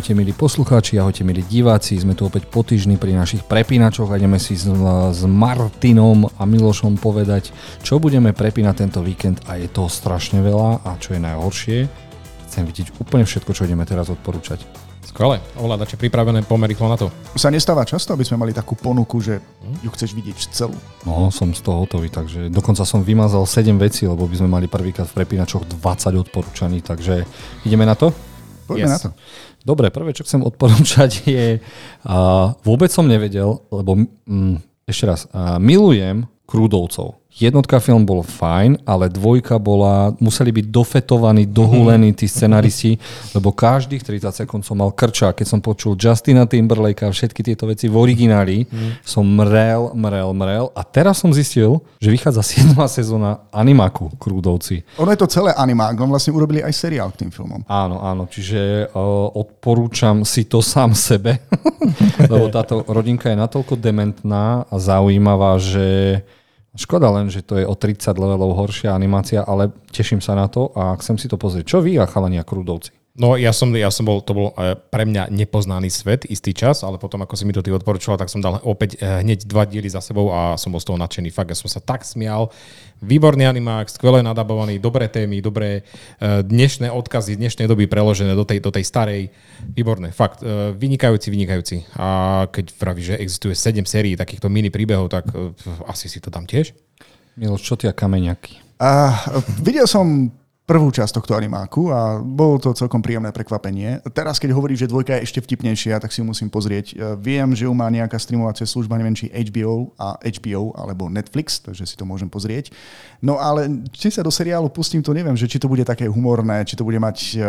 Ahojte milí poslucháči, ahojte milí diváci, sme tu opäť po týždni pri našich prepínačoch a ideme si s Martinom a Milošom povedať, čo budeme prepínať tento víkend a je toho strašne veľa a čo je najhoršie, chcem vidieť úplne všetko, čo ideme teraz odporúčať. Skvelé, ovládače pripravené, poďme rýchlo na to. Sa nestáva často, aby sme mali takú ponuku, že ju chceš vidieť celú. No, som z toho hotový, takže dokonca som vymazal 7 vecí, lebo by sme mali prvýkrát v prepínačoch 20 odporúčaní, takže ideme na to? Poďme na to. Dobre, prvé, čo chcem odporúčať je, vôbec som nevedel, lebo ešte raz, milujem Krúdovcov. Jednotka film bol fajn, ale dvojka museli byť dofetovaní, dohulení tí scenaristi, lebo každých 30 sekúnd som mal krča. Keď som počul Justina Timberlakea a všetky tieto veci v origináli, som mrel a teraz som zistil, že vychádza 7. sezóna animáku Krúdovci. Ono je to celé animák, on vlastne urobili aj seriál k tým filmom. Áno, čiže odporúčam si to sám sebe, lebo táto rodinka je natoľko dementná a zaujímavá, že škoda len, že to je o 30 levelov horšia animácia, ale teším sa na to a chcem si to pozrieť. Čo vy a chalani a Krúdovci? No ja som bol, to bol pre mňa nepoznaný svet istý čas, ale potom ako si mi to ty odporúčala, tak som dal opäť hneď 2 diely za sebou a som bol z toho nadšený. Fakt, ja som sa tak smial. Výborný animák, skvele nadabovaný, dobré témy, dobré dnešné odkazy, dnešnej doby preložené do tej starej. Výborné, fakt, vynikajúci. A keď pravíš, že existuje 7 sérií takýchto mini príbehov, tak asi si to dám tiež. Miloš, čo ty a kameňaky? Videl som prvú časť tohto animáku a bolo to celkom príjemné prekvapenie. Teraz, keď hovoríš, že dvojka je ešte vtipnejšia, tak si ju musím pozrieť. Viem, že ju má nejaká streamovacia služba, neviem, či HBO alebo Netflix, takže si to môžem pozrieť. No ale či sa do seriálu pustím, to neviem, že či to bude také humorné, či to bude mať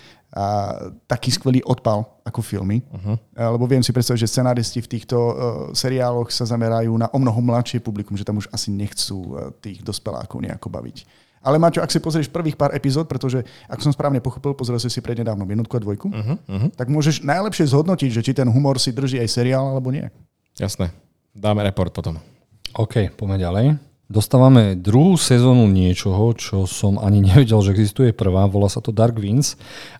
taký skvelý odpal ako filmy. Lebo viem si predstaviť, že scenáristi v týchto seriáloch sa zamerajú na omnoho mladšie publikum, že tam už asi nechcú tých dospelákov nejako baviť. Ale Maťo, ak si pozrieš prvých pár epizód, pretože ak som správne pochopil, pozrel si prednedávno jednotku a dvojku, tak môžeš najlepšie zhodnotiť, že či ten humor si drží aj seriál, alebo nie. Jasné. Dáme report potom. OK, poďme ďalej. Dostávame druhú sezónu niečoho, čo som ani nevedel, že existuje prvá. Volá sa to Dark Winds.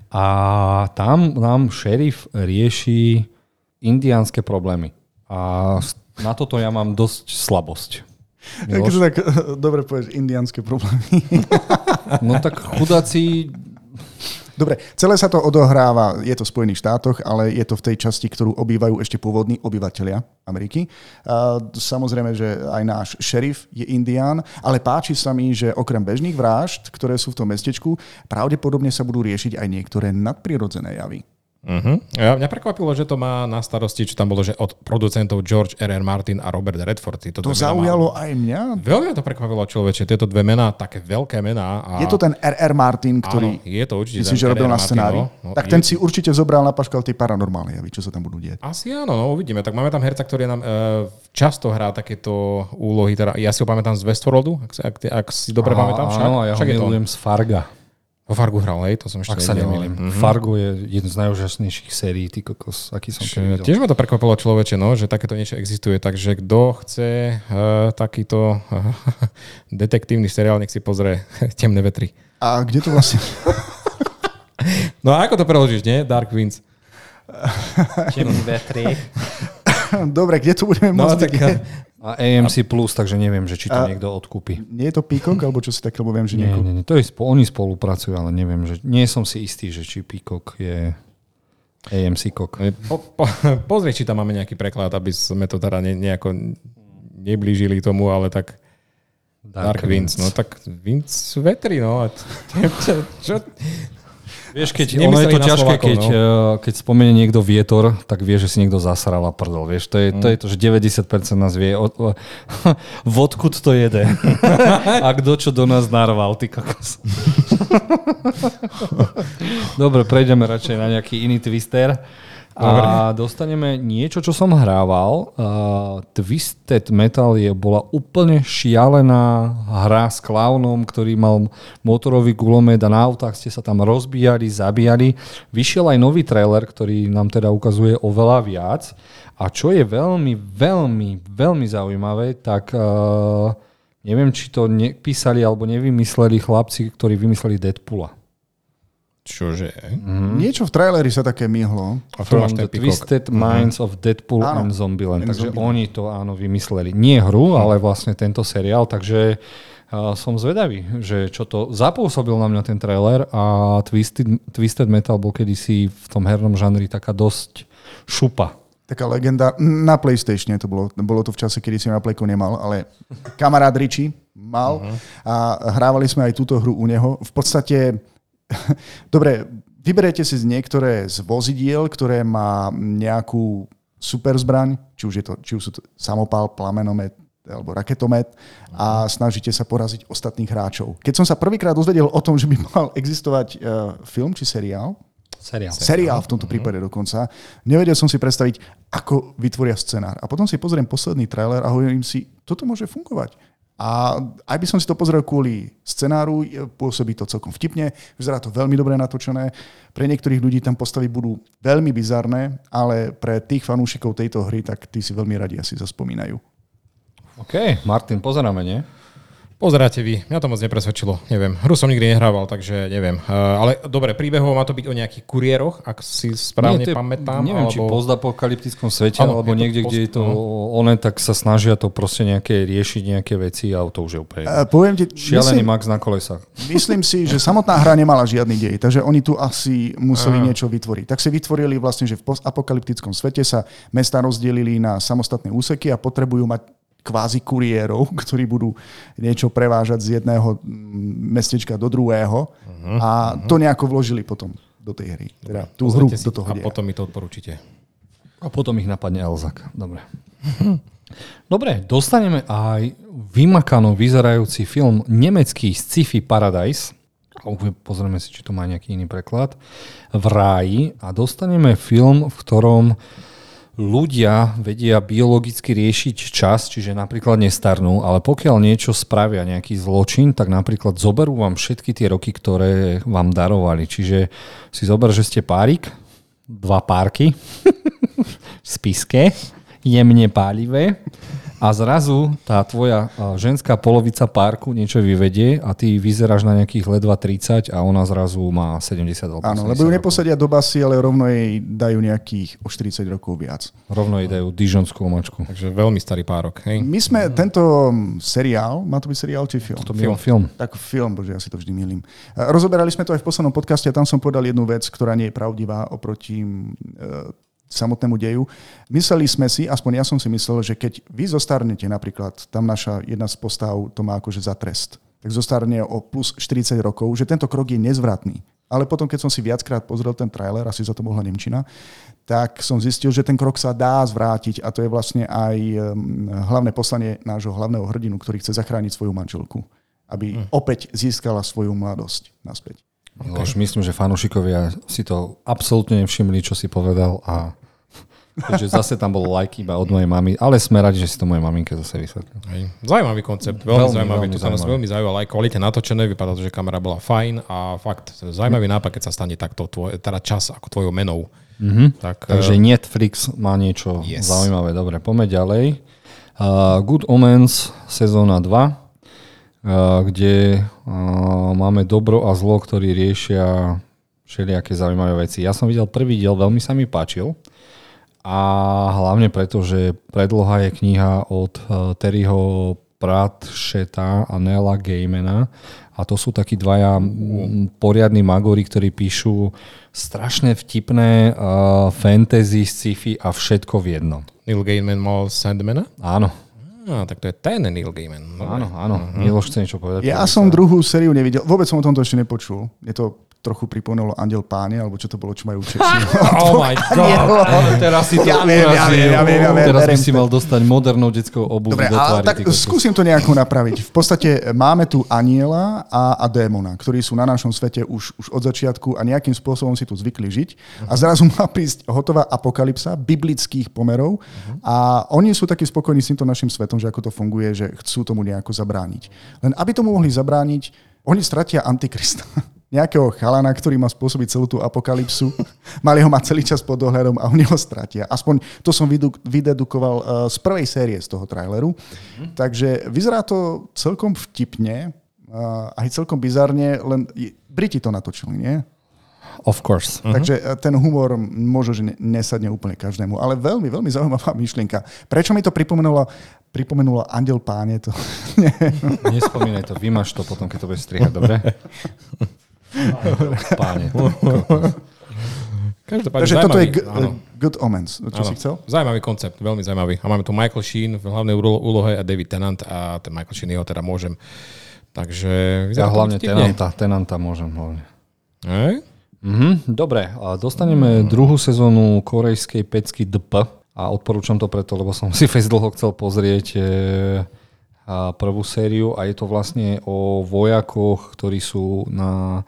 A tam nám šerif rieši indiánske problémy. A na toto ja mám dosť slabosť. Keď to tak dobre povieš, indiánske problémy. No tak chudáci. Dobre, celé sa to odohráva, je to v Spojených štátoch, ale je to v tej časti, ktorú obývajú ešte pôvodní obyvatelia Ameriky. Samozrejme, že aj náš šerif je Indián, ale páči sa mi, že okrem bežných vražd, ktoré sú v tom mestečku, pravdepodobne sa budú riešiť aj niektoré nadprirodzené javy. Mňa prekvapilo, že to má na starosti, čo tam bolo, že od producentov George R.R. Martin a Robert Redford. To zaujalo aj mňa. Veľmi to prekvapilo, človeče. Tieto dve mená, také veľké mená. Je to ten R.R. Martin, ktorý... Áno, je to určite myslíš, že robil na scenári? No, tak ten si určite zobral na paškal tie paranormálne javy, čo sa tam budú diať. Asi áno, no uvidíme. Tak máme tam herca, ktorý nám často hrá takéto úlohy. Teda, ja si ho pamätám z Westworldu, ak si dobre pamätám. Áno, ja ho milujem z Farga. O Fargu hral, hej? To som ešte ak sa nemýlim. Fargo je jeden z najúžasnejších sérií, ty kokos, aký som to videl. Tiež ma to prekvapilo, človeče, no, že takéto niečo existuje, takže kto chce takýto detektívny seriál, nech si pozrie Temné vetry. A kde to vlastne... No a ako to preložíš, nie? Dark Winds. Temné vetry. Dobre, kde to budeme môcť vidieť? A AMC Plus, takže neviem, že či to niekto odkúpi. Nie je to Peacock, alebo čo si také, lebo viem, že nie. To je oni spolupracujú, ale neviem, že nie som si istý, že či Peacock je AMC Cock. Pozri, či tam máme nejaký preklad, aby sme to teda nejako neblížili tomu, ale tak Dark Winds. No tak Winds vetri, no. Čo? Vieš, ono je to ťažké, keď spomenie niekto vietor, tak vie, že si niekto zasral a prdol. Vieš, to je to, že 90% nás vie, vodkud to jede. A kto čo do nás narval, ty kokos. Dobre, prejdeme radšej na nejaký iný twister. A dostaneme niečo, čo som hrával. Twisted Metal bola úplne šialená hra s klaunom, ktorý mal motorový gulomet a na autách ste sa tam rozbíjali, zabíjali. Vyšiel aj nový trailer, ktorý nám teda ukazuje oveľa viac. A čo je veľmi, veľmi, veľmi zaujímavé, tak neviem, či to nepísali alebo nevymysleli chlapci, ktorí vymysleli Deadpoola. Čože? Niečo v traileri sa také myhlo. A From the Twisted Minds of Deadpool and Zombieland. Takže oni to áno vymysleli. Nie hru, ale vlastne tento seriál, takže som zvedavý, že čo to zapôsobil na mňa ten trailer a Twisted Metal bol kedysi v tom hernom žánri taká dosť šupa. Taká legenda. Na PlayStatione to bolo. Bolo to v čase, kedy som na Playku nemal, ale kamarát Richie mal a hrávali sme aj túto hru u neho. V podstate, dobre, vyberiete si niektoré z vozidiel, ktoré má nejakú super zbraň, či už sú to samopal, plamenomet alebo raketomet a snažíte sa poraziť ostatných hráčov. Keď som sa prvýkrát dozvedel o tom, že by mal existovať film či seriál v tomto prípade dokonca. Nevedel som si predstaviť, ako vytvoria scenár. A potom si pozriem posledný trailer a hovorím si, toto môže fungovať. A aj by som si to pozrel kvôli scenáru, pôsobí to celkom vtipne, vyzerá to veľmi dobre natočené. Pre niektorých ľudí tam postavy budú veľmi bizarné, ale pre tých fanúšikov tejto hry, tak tí si veľmi radi asi zaspomínajú. OK, Martin, pozeráme, nie? Pozeráte vy, mňa to moc nepresvedčilo, neviem. Hru som nikdy nehrával, takže neviem. Ale dobre, príbehovo má to byť o nejakých kuriéroch, ak si správne pamätám. Neviem, či v postapokalyptickom svete, alebo niekde, kde je to tak sa snažia to proste riešiť nejaké veci a to už je úplne šialený Max na kolesách. Myslím si, že samotná hra nemala žiadny dej, takže oni tu asi museli niečo vytvoriť. Tak si vytvorili vlastne, že v postapokalyptickom svete sa mestá rozdelili na samostatné úseky a potrebujú mať kvázi kuriérov, ktorí budú niečo prevážať z jedného mestečka do druhého a to nejako vložili potom do tej hry. Teda tú hru do toho a potom mi to odporúčite. A potom ich napadne Elzak. Dobre. Dobre, dostaneme aj vymakano vyzerajúci film nemecký Sci-Fi Paradise. Pozrieme si, či to má nejaký iný preklad. V ráji a dostaneme film, v ktorom ľudia vedia biologicky riešiť čas, čiže napríklad nestarnú, ale pokiaľ niečo spravia, nejaký zločin, tak napríklad zoberú vám všetky tie roky, ktoré vám darovali. Čiže si zober, že ste párik, 2 párky, spiske, jemne pálivé a zrazu tá tvoja ženská polovica párku niečo vyvedie a ty vyzeráš na nejakých ledva 30 a ona zrazu má 70 alebo 80. Áno, lebo ju neposadia do basy, ale rovno jej dajú nejakých o 40 rokov viac. Rovno jej dajú dižonskú omačku. Takže veľmi starý párok. Hej? My sme tento seriál, má to byť seriál či film? To byl film. Tak film, bože, ja si to vždy milím. Rozoberali sme to aj v poslednom podcaste a tam som povedal jednu vec, ktorá nie je pravdivá oproti samotnému deju. Mysleli sme si, aspoň ja som si myslel, že keď vy zostarnete napríklad, tam naša jedna z postav to má akože za trest, tak zostarne o plus 40 rokov, že tento krok je nezvratný. Ale potom, keď som si viackrát pozrel ten trailer, asi za to mohla nemčina, tak som zistil, že ten krok sa dá zvrátiť a to je vlastne aj hlavné poslanie nášho hlavného hrdinu, ktorý chce zachrániť svoju manželku, aby opäť získala svoju mladosť naspäť. Už myslím, že fanúšikovia si to absolútne nevšimli, čo si povedal a keďže zase tam bolo like iba od mojej mamy, ale sme radi, že si to moje maminke zase vysvetlil. Zaujímavý koncept, veľmi zaujímavý. Tu sa nás veľmi zaujímavé, aj kvalite natočené, vypadá to, že kamera bola fajn a fakt zaujímavý nápad, keď sa stane takto teda čas ako tvojou menou. Takže Netflix má niečo zaujímavé. Dobre, poďme ďalej. Good Omens sezóna 2, kde máme dobro a zlo, ktorí riešia všelijaké zaujímavé veci. Ja som videl prvý diel, veľmi sa mi páčil. A hlavne preto, že predloha je kniha od Terryho Pratchetta a Neila Gaimana a to sú takí dvaja poriadni magori, ktorí píšu strašne vtipné fantasy, sci-fi a všetko v jednom. Neil Gaiman mal Sandmana? Áno. Tak to je ten Neil Gaiman. Áno. Miloš chce niečo povedať. Ja som druhú sériu nevidel. Vôbec som o tomto ešte nepočul. Je to trochu pripomínalo Andiel Páne, alebo čo to bolo, čo majú Češi. Oh my God. Teraz si to urazil. Teraz by si mal dostať modernou detskou obuv do tvári. Tak skúsim to nejako napraviť. V podstate máme tu aniela a démona, ktorí sú na našom svete už od začiatku a nejakým spôsobom si tu zvykli žiť. A zrazu má prísť hotová apokalypsa biblických pomerov a oni sú takí spokojní s týmto našim svetom, že ako to funguje, že chcú tomu nejako zabrániť. Len aby tomu mohli zabrániť, oni stratia Antikrista. Nejakého chalana, ktorý má spôsobiť celú tú apokalypsu. Mali ho mať celý čas pod dohľadom a oni ho stratia. Aspoň to som vydedukoval z prvej série z toho traileru. Takže vyzerá to celkom vtipne, aj celkom bizarne, len Briti to natočili, nie? Of course. Takže ten humor možno, že nesadne úplne každému, ale veľmi, veľmi zaujímavá myšlienka. Prečo mi to pripomenulo Andiel Páne? To... Nespomínaj to, vymaž to potom, keď to budeš strihať, dobre? Páne. Takže toto je Good Omens. Čo si chcel? Zaujímavý koncept, veľmi zaujímavý. A máme tu Michael Sheen v hlavnej úlohe a David Tennant a ten Michael Sheen jeho teda môžem. Takže... Ja hlavne Tennanta môžem hlavne. Dobre, a dostaneme druhú sezónu korejskej pecky DP a odporúčam to preto, lebo som si fest dlho chcel pozrieť prvú sériu a je to vlastne o vojakoch, ktorí sú na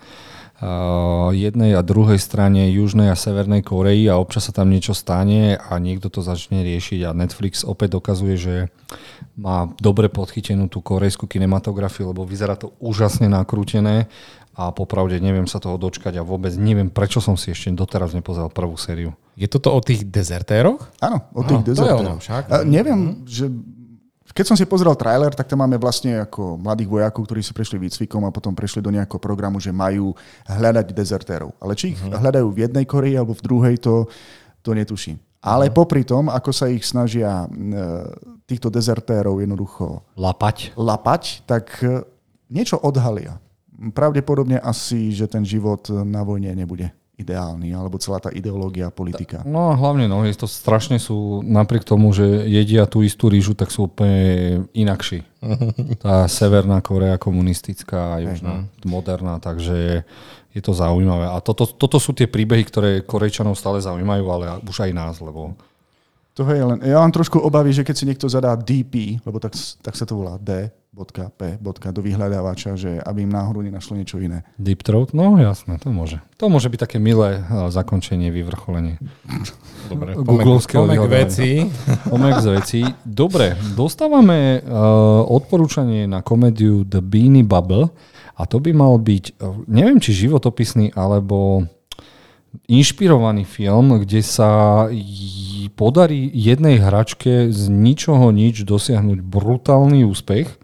jednej a druhej strane Južnej a Severnej Korei a občas sa tam niečo stane a niekto to začne riešiť a Netflix opäť dokazuje, že má dobre podchytenú tú korejskú kinematografiu, lebo vyzerá to úžasne nakrútené a popravde neviem sa toho dočkať a vôbec neviem, prečo som si ešte doteraz nepozeral prvú sériu. Je toto o tých dezertéroch? Áno, o tých dezertéroch. Neviem, že... Keď som si pozrel trailer, tak tam máme vlastne ako mladých vojakov, ktorí si prešli výcvikom a potom prešli do nejakého programu, že majú hľadať dezertérov. Ale či ich hľadajú v jednej Koreji alebo v druhej, to netuším. Ale popri tom, ako sa ich snažia týchto dezertérov jednoducho lapať, tak niečo odhalia. Pravdepodobne asi, že ten život na vojne nebude ideálny, alebo celá tá ideológia, politika. No a hlavne, to strašne sú, napriek tomu, že jedia tú istú rýžu, tak sú úplne inakší. Tá Severná Korea komunistická a južná moderná, takže je to zaujímavé. A toto sú tie príbehy, ktoré Korejčanov stále zaujímajú, ale už aj nás, lebo... To je len, ja mám trošku obavy, že keď si niekto zadá DP, lebo tak sa to volá D.P. do vyhľadávača, že aby im náhodou nenašlo niečo iné. Deep Throat? No jasné, to môže. To môže byť také milé zakončenie, vyvrcholenie. Dobre, pomek veci. Dobre, dostávame odporúčanie na komédiu The Beanie Bubble a to by mal byť, neviem či životopisný, alebo inšpirovaný film, kde sa podarí jednej hračke z ničoho nič dosiahnuť brutálny úspech.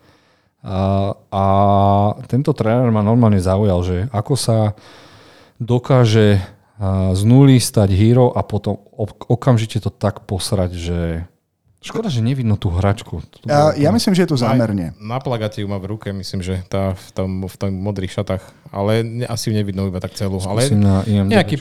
A tento trailer ma normálne zaujal, že ako sa dokáže z nuly stať hero a potom okamžite to tak posrať, že škoda, že nevidno tú hračku. Ja myslím, že je to zámerne. Na plagáte ju má v ruke, myslím, že v tom modrých šatách, ale asi ju nevidno iba tak celú. Ale nejaký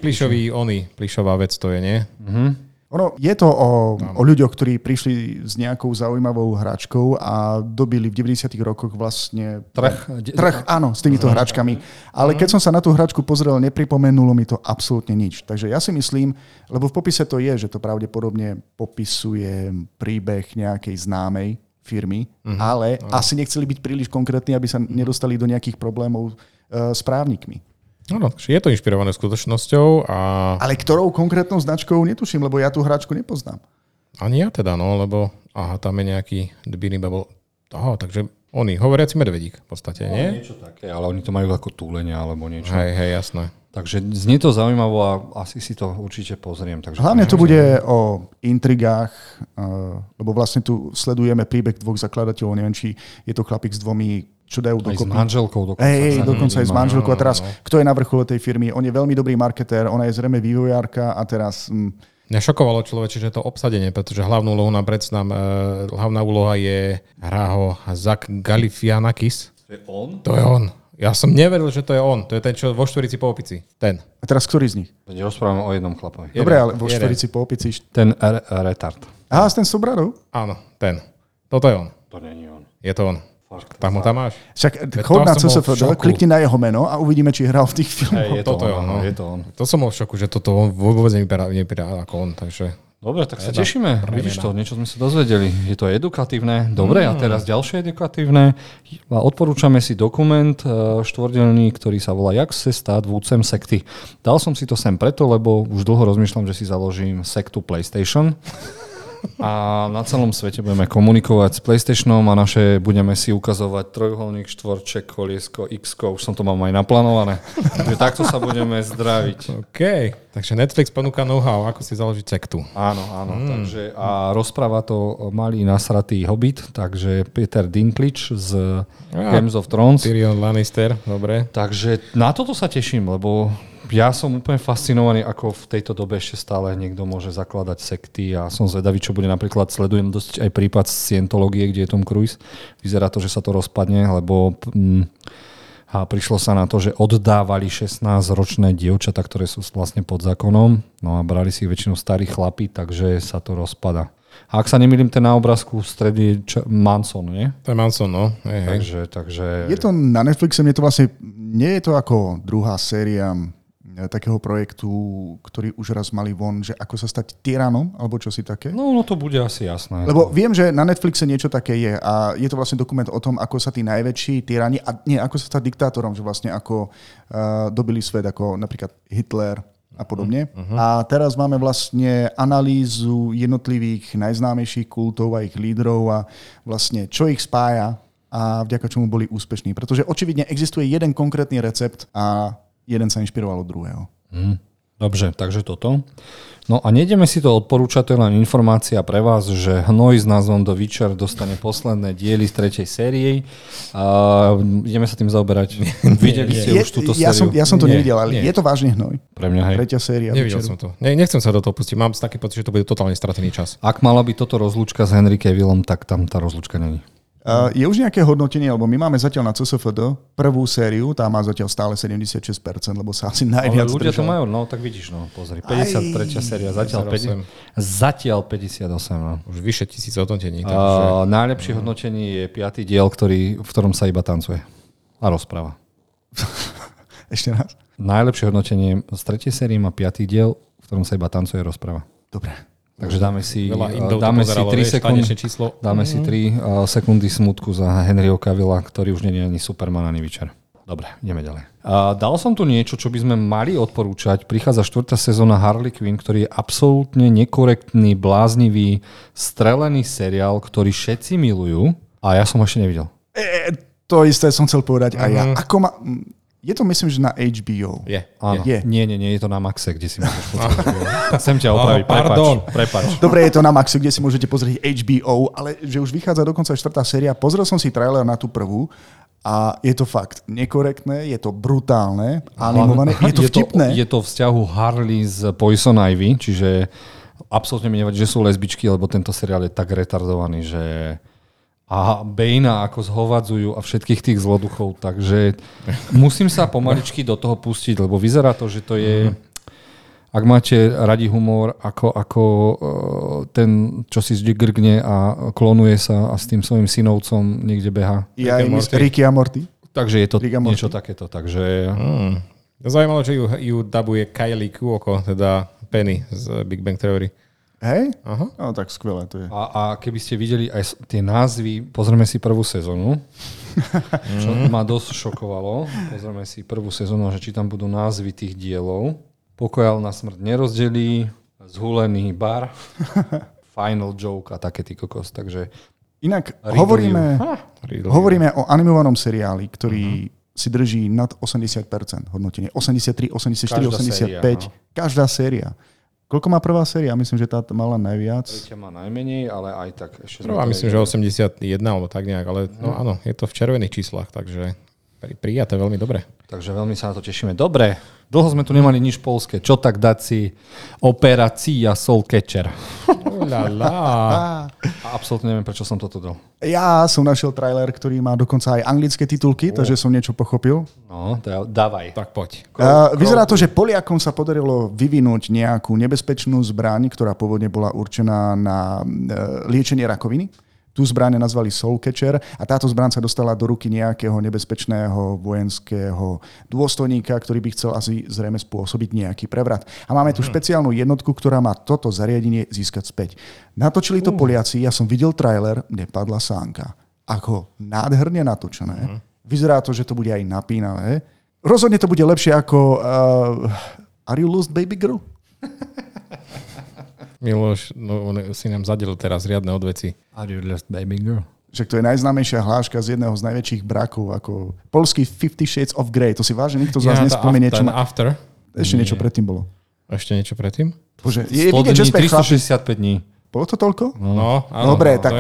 plišová vec to je, nie? Ono, je to o ľuďoch, ktorí prišli s nejakou zaujímavou hračkou a dobili v 90. rokoch vlastne trh, áno, s týmito hračkami. Ale keď som sa na tú hračku pozrel, nepripomenulo mi to absolútne nič. Takže ja si myslím, lebo v popise to je, že to pravdepodobne popisuje príbeh nejakej známej firmy, ale asi nechceli byť príliš konkrétni, aby sa nedostali do nejakých problémov s právnikmi. No, je to inšpirované skutočnosťou. Ale ktorou konkrétnou značkou netuším, lebo ja tú hračku nepoznám. Ani ja teda, lebo tam je nejaký The Beanie Bubble. Takže oni, hovoriaci medvedík v podstate, nie? Niečo také, ale oni to majú ako túlenia alebo niečo. Hej, jasné. Takže znie to zaujímavo a asi si to určite pozriem. Takže hlavne to bude o intrigách, lebo vlastne tu sledujeme príbeh dvoch zakladateľov. Neviem, či je to chlapík s dvomi, čo dajú dokopy. Aj s manželkou dokonca. Dokonca aj s manželkou. A teraz, kto je na vrchole tej firmy? On je veľmi dobrý marketér, ona je zrejme vývojárka a teraz... Mňa šokovalo človeče, že to obsadenie, pretože hlavnú úlohu nám predstavám, hlavná úloha hrá ho Zach Galifianakis. To je on? To je on. Ja som neveril, že to je on. To je ten, čo vo štvorici po opici. Ten. A teraz ktorý z nich? Rozprávame o jednom chlapovi. Dobre, ale vo štvorici po opici... Ten retard. Aha, s ten sobradou? Áno, ten. Toto je on. To nie je on. Je to on. Tak mu tam máš. Však chod na CSFD, klikni na jeho meno a uvidíme, či hral v tých filmoch. Je to on. To som bol v šoku, že toto on vôbec nevyberá ako on, takže... Dobre, tak sa tešíme. Vidíš to, niečo sme sa dozvedeli. Je to edukatívne. Dobre, a teraz ďalšie edukatívne. Odporúčame si dokument štvordelný, ktorý sa volá Jak se stát vůdcem sekty. Dal som si to sem preto, lebo už dlho rozmýšľam, že si založím sektu PlayStation. A na celom svete budeme komunikovať s PlayStationom a budeme si ukazovať trojuholník, štvorček, koliesko, X-ko, už som to mám aj naplánované. Takže takto sa budeme zdraviť. OK, takže Netflix ponúka know-how, ako si založiť sektu. Áno. Takže, a rozpráva to malý nasratý hobbit, takže Peter Dinklage z Games of Thrones. Tyrion Lannister, dobre. Takže na toto sa teším, lebo Ja som úplne fascinovaný, ako v tejto dobe ešte stále niekto môže zakladať sekty a som zvedavý, čo bude napríklad, sledujem dosť aj prípad Scientológie, kde je Tom Cruise. Vyzerá to, že sa to rozpadne, lebo a prišlo sa na to, že oddávali 16-ročné dievčatá, ktoré sú vlastne pod zákonom, no a brali si ich väčšinou starí chlapi, takže sa to rozpada. A ak sa nemýlim, ten na obrázku v strede je Manson, nie? To je Manson, no. Takže... Je to na Netflixe, nie je to ako druhá séria takého projektu, ktorý už raz mali von, že ako sa stať tyranom, alebo čo si také? No to bude asi jasné. Lebo viem, že na Netflixe niečo také je a je to vlastne dokument o tom, ako sa tí najväčší tyrani, a nie, ako sa stať diktátorom, že vlastne ako dobili svet, ako napríklad Hitler a podobne. A teraz máme vlastne analýzu jednotlivých najznámejších kultov a ich lídrov a vlastne čo ich spája a vďaka čomu boli úspešní. Pretože očividne existuje jeden konkrétny recept a jeden sa inšpiroval od druhého. Dobre, takže toto. No a nejdeme si to odporúčať, to je len informácia pre vás, že Hnoj s názvom The Witcher dostane posledné diely z 3. série. Ideme sa tým zaoberať. Videli ste už túto sériu? Ja som to nevidel, ale je to vážne Hnoj. Pre mňa, hej. 3. séria. Nevidel som to. Nechcem sa do toho pustiť. Mám taký pocit, že to bude totálne stratený čas. Ak mala byť toto rozlúčka s Henry Cavillom, tak tam tá rozlúčka není. Je už nejaké hodnotenie, lebo my máme zatiaľ na CSFD prvú sériu, tá má zatiaľ stále 76%, lebo sa asi najviac ale ľudia držal. to majú, no tak vidíš, no pozri, 53. séria, zatiaľ 58, no. Už vyše 1000 hodnotení. Najlepšie hodnotenie je 5. diel, v ktorom sa iba tancuje a rozpráva. Ešte raz? Najlepšie hodnotenie z 3. série má 5. diel, v ktorom sa iba tancuje a rozpráva. Dobre. Takže dáme si 3 sekundy smutku za Henryho Cavilla, ktorý už nie je ani Superman, ani Witcher. Dobre, ideme ďalej. Dal som tu niečo, čo by sme mali odporúčať. Prichádza 4. sezóna Harley Quinn, ktorý je absolútne nekorektný, bláznivý, strelený seriál, ktorý všetci milujú a ja som ho ešte nevidel. To isté som chcel povedať aj ja. Je to myslím, že na HBO. Je. Áno. Nie, je to na Maxe, kde si môžeš pozrieť. Chcem ťa opraviť, prepáč. Dobre, je to na Maxe, kde si môžete pozrieť HBO, ale že už vychádza dokonca 4. séria. Pozrel som si trailer na tú prvú a je to fakt nekorektné, je to brutálne, animované, je to vtipné. Je to vzťahu Harley z Poison Ivy, čiže absolútne mi nevadí, že sú lesbičky, lebo tento seriál je tak retardovaný, že... A Bejna ako zhovadzujú a všetkých tých zloduchov, takže musím sa pomaličky do toho pustiť, lebo vyzerá to, že to je, ak máte radi humor, ako ten, čo si grgne a klonuje sa a s tým svojím synovcom niekde beha. Ricky a Morty. Takže je to niečo takéto. Takže... Zaujímavé, že ju dabuje Kylie Cuoco, teda Penny z Big Bang Theory. Hej? Aha. No tak skvelé to je. A keby ste videli aj tie názvy, pozrieme si prvú sezónu, čo ma dosť šokovalo. Pozrieme si prvú sezónu, že či tam budú názvy tých dielov. Pokojal na smrť nerozdelí, Zhulený bar, Final joke a také ty kokos. Takže inak hovoríme o animovanom seriáli, ktorý si drží nad 80% hodnotenie. 83, 84, 85. Každá séria. Koľko má prvá séria? Myslím, že tá mala najviac. Tretia má najmenej, ale aj tak. Prvá myslím, že 81 alebo tak nejak, ale no áno, je to v červených číslach, takže prijaté veľmi dobre. Takže veľmi sa na to tešíme. Dobre, dlho sme tu nemali nič poľské. Čo tak dať si Operácia Soul Catcher? A absolútne neviem, prečo som toto dal. Ja som našiel trailer, ktorý má dokonca aj anglické titulky, takže som niečo pochopil. No, dávaj. Tak poď. Vyzerá to, že Poliakom sa podarilo vyvinúť nejakú nebezpečnú zbraň, ktorá pôvodne bola určená na liečenie rakoviny. Tú zbraň nazvali Soul Catcher a táto zbraň sa dostala do ruky nejakého nebezpečného vojenského dôstojníka, ktorý by chcel asi zrejme spôsobiť nejaký prevrat. A máme tu špeciálnu jednotku, ktorá má toto zariadenie získať späť. Natočili to Poliaci, ja som videl trailer, nepadla sánka. Ako nádherne natočené. Vyzerá to, že to bude aj napínavé. Rozhodne to bude lepšie ako Are you lost, baby girl? Miloš, no, si nám zadelil teraz riadne odveci. Are you lost, baby girl? Však to je najznámejšia hláška z jedného z najväčších brakov, ako polský 50 Shades of Grey. To si vážne nikto z vás nespomenie. After. Ešte niečo predtým bolo. Ešte niečo predtým? Bože, je vidieť, že sme 365 dní. Bolo to toľko? No, áno. Dobre, tak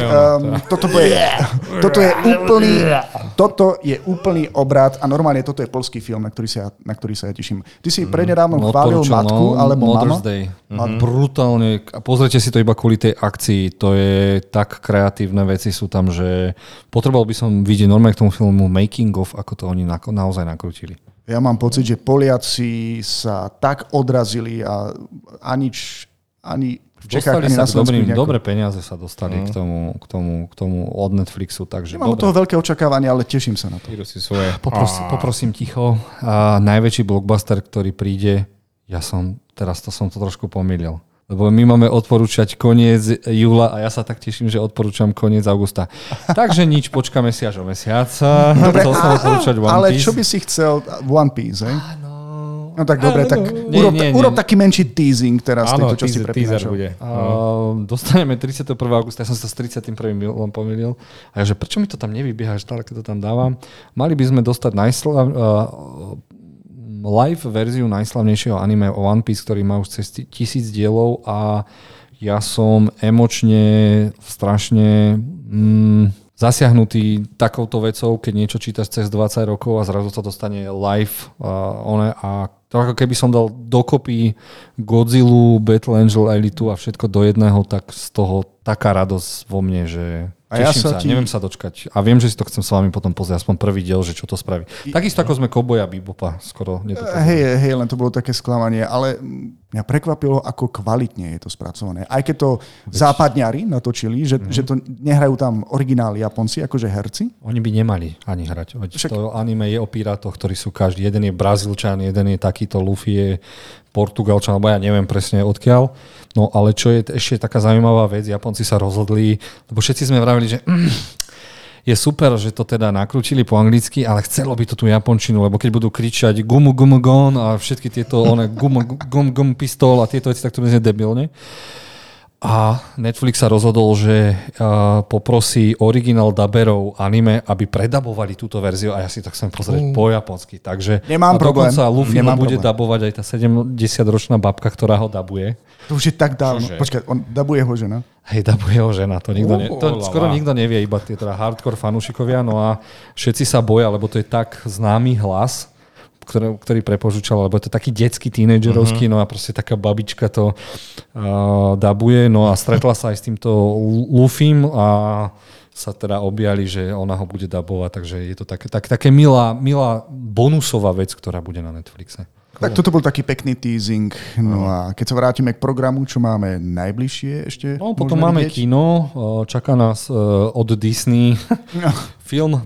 toto je úplný obrat a normálne toto je poľský film, na ktorý sa ja teším. Ty si prednedávno chválil Matku alebo Mother's Mama? Day. Brutálne. Pozrite si to iba kvôli tej akcii. To je tak kreatívne veci sú tam, že potreboval by som vidieť normálne k tomu filmu making of, ako to oni naozaj nakrútili. Ja mám pocit, že Poliaci sa tak odrazili a ani dostali sa dobré peniaze sa dostali k tomu od Netflixu. Takže nemám toho veľké očakávania, ale teším sa na to. Poprosím ticho. Najväčší blockbuster, ktorý príde, teraz som to trošku pomýlil. Lebo my máme odporúčať koniec júla a ja sa tak teším, že odporúčam koniec augusta. Takže nič, počkáme si až o mesiac. Dobre, som odporúčať One Piece. Ale čo by si chcel One Piece, hej? No tak dobre, tak urob taký menší teasing teraz. Áno, čo si teaser bude. Dostaneme 31. augusta, ja som sa s 31. júlom pomýlil. A ja, že prečo mi to tam nevybieha, že stále keď to tam dávam. Mali by sme dostať live verziu najslavnejšieho anime o One Piece, ktorý má už cez 1000 dielov a ja som emočne strašne zasiahnutý takouto vecou, keď niečo čítaš cez 20 rokov a zrazu to dostane live a to ako keby som dal dokopy Godzillu, Battle Angel Elitu a všetko do jedného, tak z toho taká radosť vo mne, že teším sa, neviem sa dočkať. A viem, že si to chcem s vami potom pozrieť, aspoň prvý diel, že čo to spraví. Takisto ako sme Cowboya Bebopa skoro nedokonali. Hej, len to bolo také sklamanie, ale mňa prekvapilo, ako kvalitne je to spracované. Aj keď to západňari natočili, že to nehrajú tam origináli Japonci, akože herci. Oni by nemali ani hrať. To anime je o pirátoch, ktorí sú každý. Jeden je Brazílčan, jeden je takýto, Luffy je Portugalčan, alebo ja neviem presne odkiaľ. No ale čo je ešte taká zaujímavá vec, Japonci sa rozhodli, lebo všetci sme vravili, že je super, že to teda nakrútili po anglicky, ale chcelo by to tú japončinu, lebo keď budú kričať gumu gumu gon a všetky tieto gum pistol a tieto veci, tak to bude debilne. A Netflix sa rozhodol, že poprosí originál daberov anime, aby predabovali túto verziu a ja si tak chcem pozrieť po japonsky. Takže nemám problém. Dokonca Luffy bude dabovať aj tá 70-ročná babka, ktorá ho dabuje. To už je tak dávno. Počkaj, on dabuje ho žena? Hej, dabuje ho žena. To skoro nikto nevie, iba tie teda hardcore fanúšikovia. No a všetci sa boja, lebo to je tak známy hlas, ktorý prepožúčal, lebo je to taký detský, tínedžerovský, no a proste taká babička to dabuje, no a stretla sa aj s týmto Luffym a sa teda objali, že ona ho bude dabovať, takže je to také milá bonusová vec, ktorá bude na Netflixe. Tak toto bol taký pekný teasing. No a keď sa vrátime k programu, čo máme najbližšie ešte? No potom máme vidieť? Kino, čaká nás od Disney film,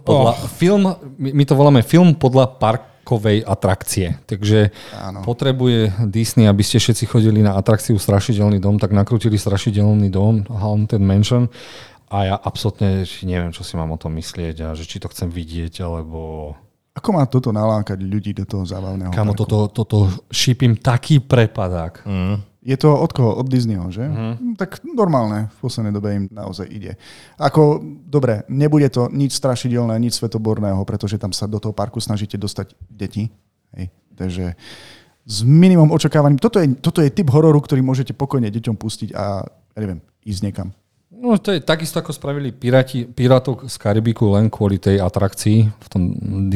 my to voláme film podľa parkovej atrakcie. Takže potrebuje Disney, aby ste všetci chodili na atrakciu Strašidelný dom, tak nakrútili Strašidelný dom, Haunted Mansion a ja absolútne neviem, čo si mám o tom myslieť a že či to chcem vidieť, alebo... Ako má toto nalákať ľudí do toho zábavného parku? Toto šípim taký prepadák. Je to od koho? Od Disneyho, že? Tak normálne, v poslednej dobe im naozaj ide. Dobre, nebude to nič strašidelné, nič svetoborného, pretože tam sa do toho parku snažíte dostať deti. Hej. Takže s minimum očakávaním. Toto je typ hororu, ktorý môžete pokojne deťom pustiť a ja neviem, ísť niekam. No to je takisto, ako spravili Pirátov z Karibiku len kvôli tej atrakcii v tom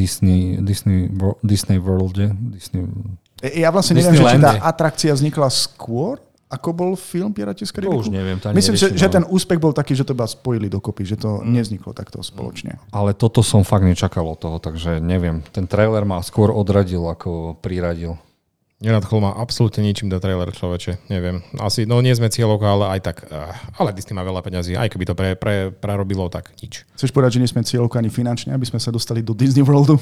Disney Worlde. Ja vlastne neviem, či tá atrakcia vznikla skôr, ako bol film Piráti z Karibiku. To už neviem. Myslím, že ten úspech bol taký, že to iba spojili dokopy, že to nevzniklo takto spoločne. Ale toto som fakt nečakal od toho, takže neviem. Ten trailer ma skôr odradil, ako priradil. Nenadchol ma absolútne ničím do trailer, človeče. Neviem. Asi, nie sme cieľovka, ale aj tak. Ale Disney má veľa peňazí. Aj keby to prerobilo, tak nič. Chceš povedať, že nie sme cieľovka ani finančne, aby sme sa dostali do Disney Worldu?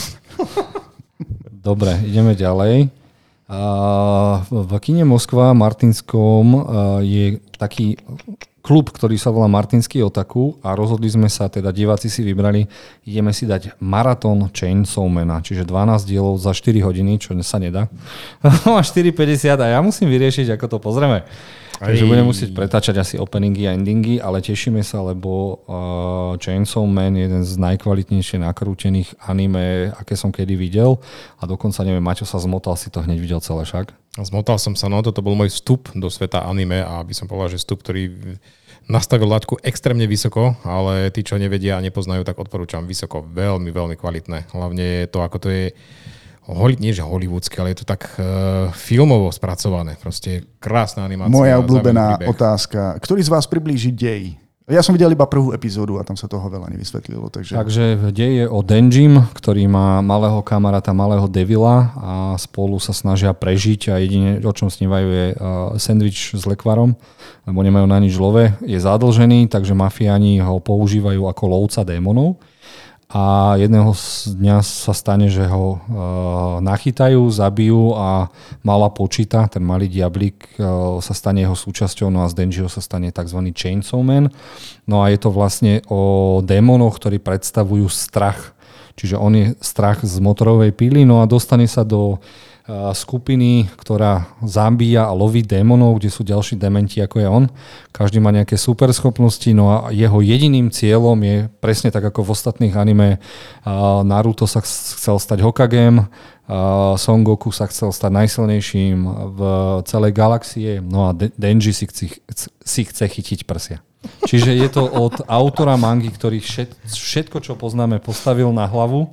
Dobre, ideme ďalej. V kine Moskva Martinskom je taký klub, ktorý sa volá Martinský otaku a rozhodli sme sa, teda diváci si vybrali, ideme si dať maratón Chainsawmana, čiže 12 dielov za 4 hodiny, čo sa nedá. Má 4,50 a ja musím vyriešiť, ako to pozrieme. Takže budeme musieť pretáčať asi openingy a endingy, ale tešíme sa, lebo Chainsaw Man je jeden z najkvalitnejšie nakrútených anime, aké som kedy videl. A dokonca, neviem, Maťo sa zmotal, si to hneď videl celé však. Zmotal som sa, no toto bol môj vstup do sveta anime a by som povedal, že vstup, ktorý nastavil laťku extrémne vysoko, ale tí, čo nevedia a nepoznajú, tak odporúčam vysoko. Veľmi, veľmi kvalitné. Hlavne to, ako to je nie že hollywoodské, ale je to tak filmovo spracované. Proste krásna animácia. Moja obľúbená otázka. Ktorý z vás priblíži dej? Ja som videl iba prvú epizódu a tam sa toho veľa nevysvetlilo. Takže dej je o Denjim, ktorý má malého kamaráta, malého devila a spolu sa snažia prežiť a jedine, o čom snívajú, je sendvič s lekvarom, lebo nemajú na nič love. Je zadlžený, takže mafiáni ho používajú ako lovca démonov. A jedného dňa sa stane, že ho nachytajú, zabijú a mala počíta, ten malý diablík sa stane jeho súčasťou, no a z Denjiho sa stane tzv. Chainsaw Man. No a je to vlastne o démonoch, ktorí predstavujú strach. Čiže on je strach z motorovej pily, no a dostane sa do skupiny, ktorá zabíja a loví démonov, kde sú ďalší dementi ako je on. Každý má nejaké superschopnosti, no a jeho jediným cieľom je presne tak ako v ostatných anime. Naruto sa chcel stať Hokagem, Son Goku sa chcel stať najsilnejším v celej galaxie, no a Denji si chce chytiť prsia. Čiže je to od autora mangy, ktorý všetko, čo poznáme, postavil na hlavu.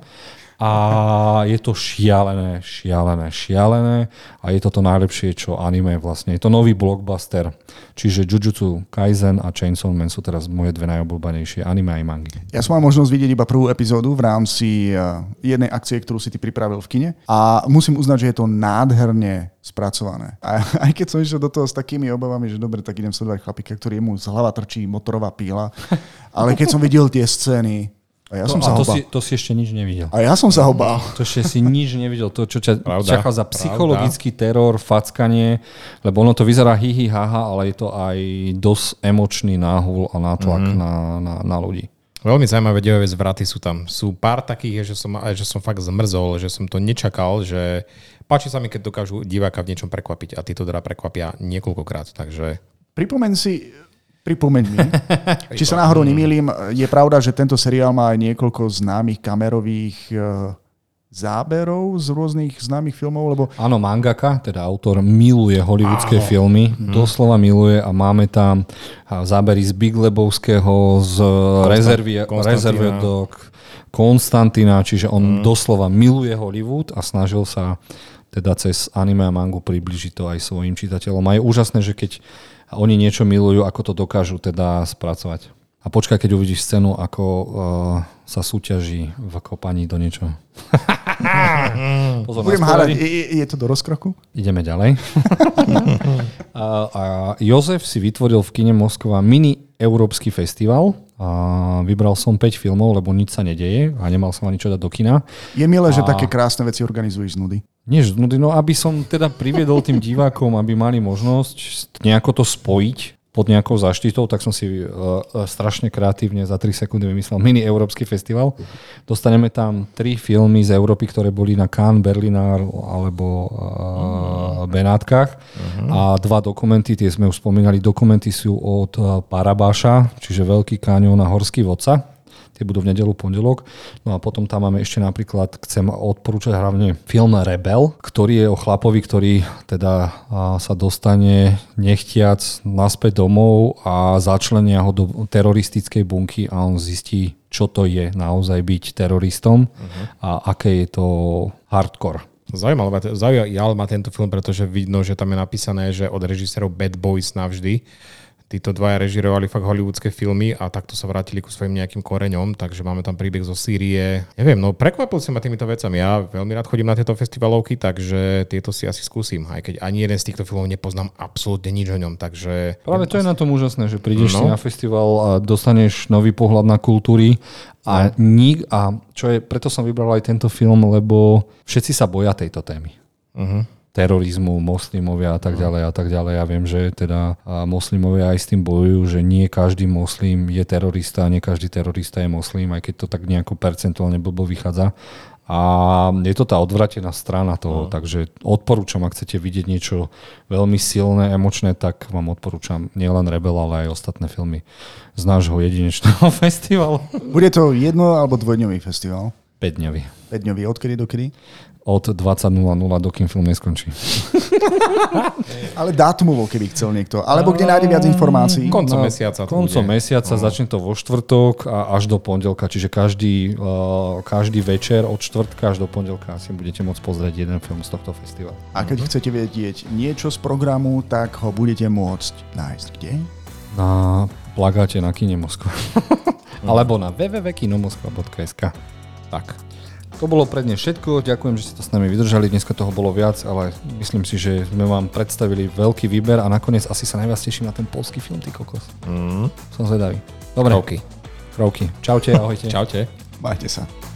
A je to šialené a je to to najlepšie, čo anime vlastne. Je to nový blockbuster. Čiže Jujutsu Kaisen a Chainsaw Man sú teraz moje dve najobľúbenejšie anime aj mangy. Ja som mal možnosť vidieť iba prvú epizódu v rámci jednej akcie, ktorú si ty pripravil v kine a musím uznať, že je to nádherne spracované. A aj keď som išiel do toho s takými obavami, že dobre, tak idem sledovať chlapíka, ktorý mu z hlava trčí motorová píla, ale keď som videl tie scény, to si ešte nič nevidel. A ja som sa ho bál. To ešte si nič nevidel. To, čo čaká za psychologický teror, fackanie, lebo ono to vyzerá hihi, haha, ale je to aj dosť emočný náhul a nátlak na ľudí. Veľmi zaujímavé dejové zvraty sú tam. Sú pár takých, že som fakt zmrzol, že som to nečakal, že páči sa mi, keď dokážu diváka v niečom prekvapiť a tí to teda prekvapia niekoľkokrát. Takže Pripomeň mi, či sa náhodou nemýlim, je pravda, že tento seriál má aj niekoľko známych kamerových záberov z rôznych známych filmov, lebo... Áno, mangaka, teda autor, miluje hollywoodske filmy, doslova miluje a máme tam zábery z Big Lebowského, z Rezervy do Konstantina, čiže on doslova miluje Hollywood a snažil sa teda cez anime a mangu približiť to aj svojim čitateľom. A je úžasné, že keď oni niečo milujú, ako to dokážu teda spracovať. A počkaj, keď uvidíš scénu, ako sa súťaží v kopaní do niečoho. Budem hádať, je to do rozkroku? Ideme ďalej. a Jozef si vytvoril v kine Moskva mini európsky festival. A vybral som 5 filmov, lebo nič sa nedeje a nemal som ani čo dať do kina. Je milé, že také krásne veci organizuješ z nudy. Nie z nudy, no aby som teda priviedol tým divákom, aby mali možnosť nejako to spojiť pod nejakou záštitou, tak som si strašne kreatívne za 3 sekundy vymyslel mini európsky festival. Dostaneme tam 3 filmy z Európy, ktoré boli na Cannes, Berlinale alebo Benátkach a 2 dokumenty, tie sme už spomínali. Dokumenty sú od Parabáša, čiže Veľký kaňón a Horský vodca. Tie budú v nedeľu, pondelok. No a potom tam máme ešte napríklad, chcem odporúčať hlavne film Rebel, ktorý je o chlapovi, ktorý teda sa dostane nechtiac naspäť domov a začlenia ho do teroristickej bunky a on zistí, čo to je naozaj byť teroristom a aké je to hardcore. Zaujal ma tento film, pretože vidno, že tam je napísané, že od režisérov Bad Boys navždy. Títo dvaja režirovali fakt hollywoodske filmy a takto sa vrátili ku svojim nejakým koreňom, takže máme tam príbeh zo Sýrie. Neviem, no prekvapil si ma týmito vecami. Ja veľmi rád chodím na tieto festivalovky, takže tieto si asi skúsim, aj keď ani jeden z týchto filmov nepoznám absolútne nič o ňom, takže... Práve to je na tom úžasné, že prídeš si na festival a dostaneš nový pohľad na kultúry a čo je, preto som vybral aj tento film, lebo všetci sa boja tejto témy. Terorizmu, moslimovia a tak ďalej a tak ďalej. Ja viem, že teda moslimovia aj s tým bojujú, že nie každý moslim je terorista, nie každý terorista je moslim, aj keď to tak nejako percentuálne blbo vychádza. A je to tá odvratená strana toho, takže odporúčam, ak chcete vidieť niečo veľmi silné, emočné, tak vám odporúčam nielen Rebel, ale aj ostatné filmy z nášho jedinečného festivalu. Bude to 1- alebo 2-dňový festival? 5-dňový. 5-dňový, odkedy do kedy? Od 20.00, dokým film neskončí. Ale dátumovo, keby chcel niekto. Alebo kde nájde viac informácií? Koncom mesiaca. Koncom mesiaca, začne to vo štvrtok a až do pondelka. Čiže každý večer od štvrtka až do pondelka si budete môcť pozrieť jeden film z tohto festivalu. A keď chcete vedieť niečo z programu, tak ho budete môcť nájsť kde? Na plagáte na Kine Moskva. Alebo na www.kinomoskva.sk. Tak. To bolo pre dnes všetko. Ďakujem, že ste to s nami vydržali. Dneska toho bolo viac, ale myslím si, že sme vám predstavili veľký výber a nakoniec asi sa najviac teším na ten poľský film, ty kokos. Som zvedavý. Dobre. Kroky. Čaute, ahojte. Čaute. Majte sa.